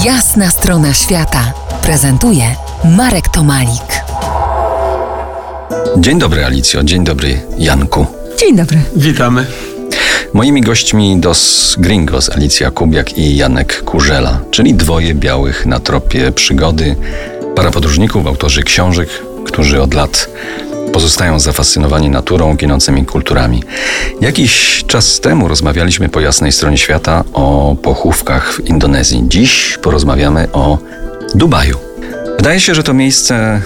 Jasna strona świata prezentuje Marek Tomalik. Dzień dobry, Alicjo. Dzień dobry, Janku. Dzień dobry. Witamy. Moimi gośćmi Dos Gringos, Alicja Kubiak i Janek Kurzela, czyli dwoje białych na tropie przygody, para podróżników, autorzy książek, którzy od lat pozostają zafascynowani naturą, ginącymi kulturami. Jakiś czas temu rozmawialiśmy po jasnej stronie świata o pochówkach w Indonezji. Dziś porozmawiamy o Dubaju. Wydaje się, że to miejsce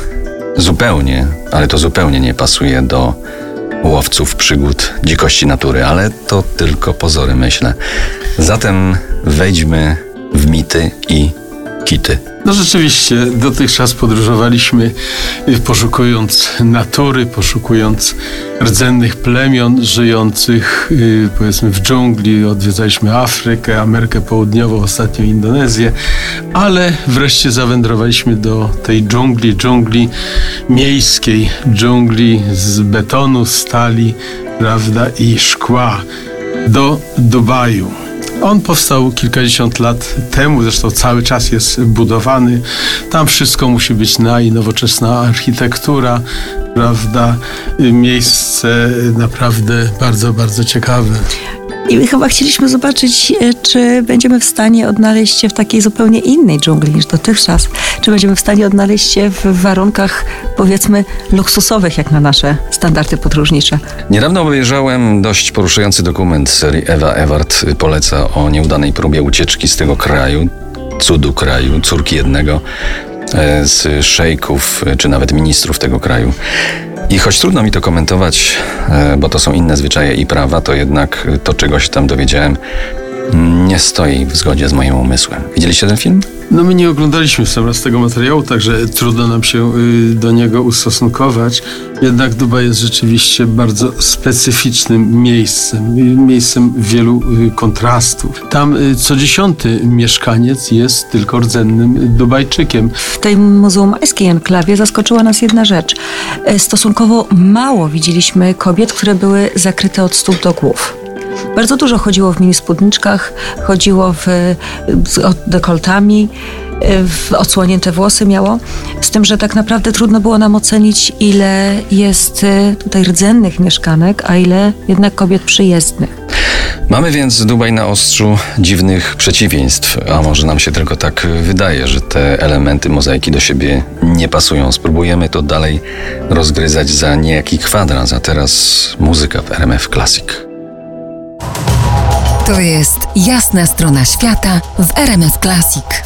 zupełnie nie pasuje do łowców przygód dzikości natury, ale to tylko pozory, myślę. Zatem wejdźmy w mity i hity. No rzeczywiście, dotychczas podróżowaliśmy poszukując natury, poszukując rdzennych plemion żyjących powiedzmy w dżungli. Odwiedzaliśmy Afrykę, Amerykę Południową, ostatnio Indonezję, ale wreszcie zawędrowaliśmy do tej dżungli miejskiej, dżungli z betonu, stali, prawda, i szkła, do Dubaju. On powstał kilkadziesiąt lat temu, zresztą cały czas jest budowany. Tam wszystko musi być nowoczesna architektura, prawda? Miejsce naprawdę bardzo, bardzo ciekawe. I chyba chcieliśmy zobaczyć, czy będziemy w stanie odnaleźć się w takiej zupełnie innej dżungli niż dotychczas. Czy będziemy w stanie odnaleźć się w warunkach, powiedzmy, luksusowych, jak na nasze standardy podróżnicze. Niedawno obejrzałem dość poruszający dokument serii Ewa Ewart poleca o nieudanej próbie ucieczki z tego kraju, cudu kraju, córki jednego z szejków, czy nawet ministrów tego kraju. I choć trudno mi to komentować, bo to są inne zwyczaje i prawa, to jednak to, czego się tam dowiedziałem, nie stoi w zgodzie z moim umysłem. Widzieliście ten film? No my nie oglądaliśmy w sam raz tego materiału, także trudno nam się do niego ustosunkować. Jednak Dubaj jest rzeczywiście bardzo specyficznym miejscem wielu kontrastów. Tam co 10. mieszkaniec jest tylko rdzennym Dubajczykiem. W tej muzułmańskiej enklawie zaskoczyła nas jedna rzecz. Stosunkowo mało widzieliśmy kobiet, które były zakryte od stóp do głów. Bardzo dużo chodziło w minispódniczkach, chodziło z dekoltami, odsłonięte włosy miało. Z tym, że tak naprawdę trudno było nam ocenić, ile jest tutaj rdzennych mieszkanek, a ile jednak kobiet przyjezdnych. Mamy więc Dubaj na ostrzu dziwnych przeciwieństw, a może nam się tylko tak wydaje, że te elementy mozaiki do siebie nie pasują. Spróbujemy to dalej rozgryzać za niejaki kwadrans, a teraz muzyka w RMF Classic. To jest Jasna strona świata w RMF Classic.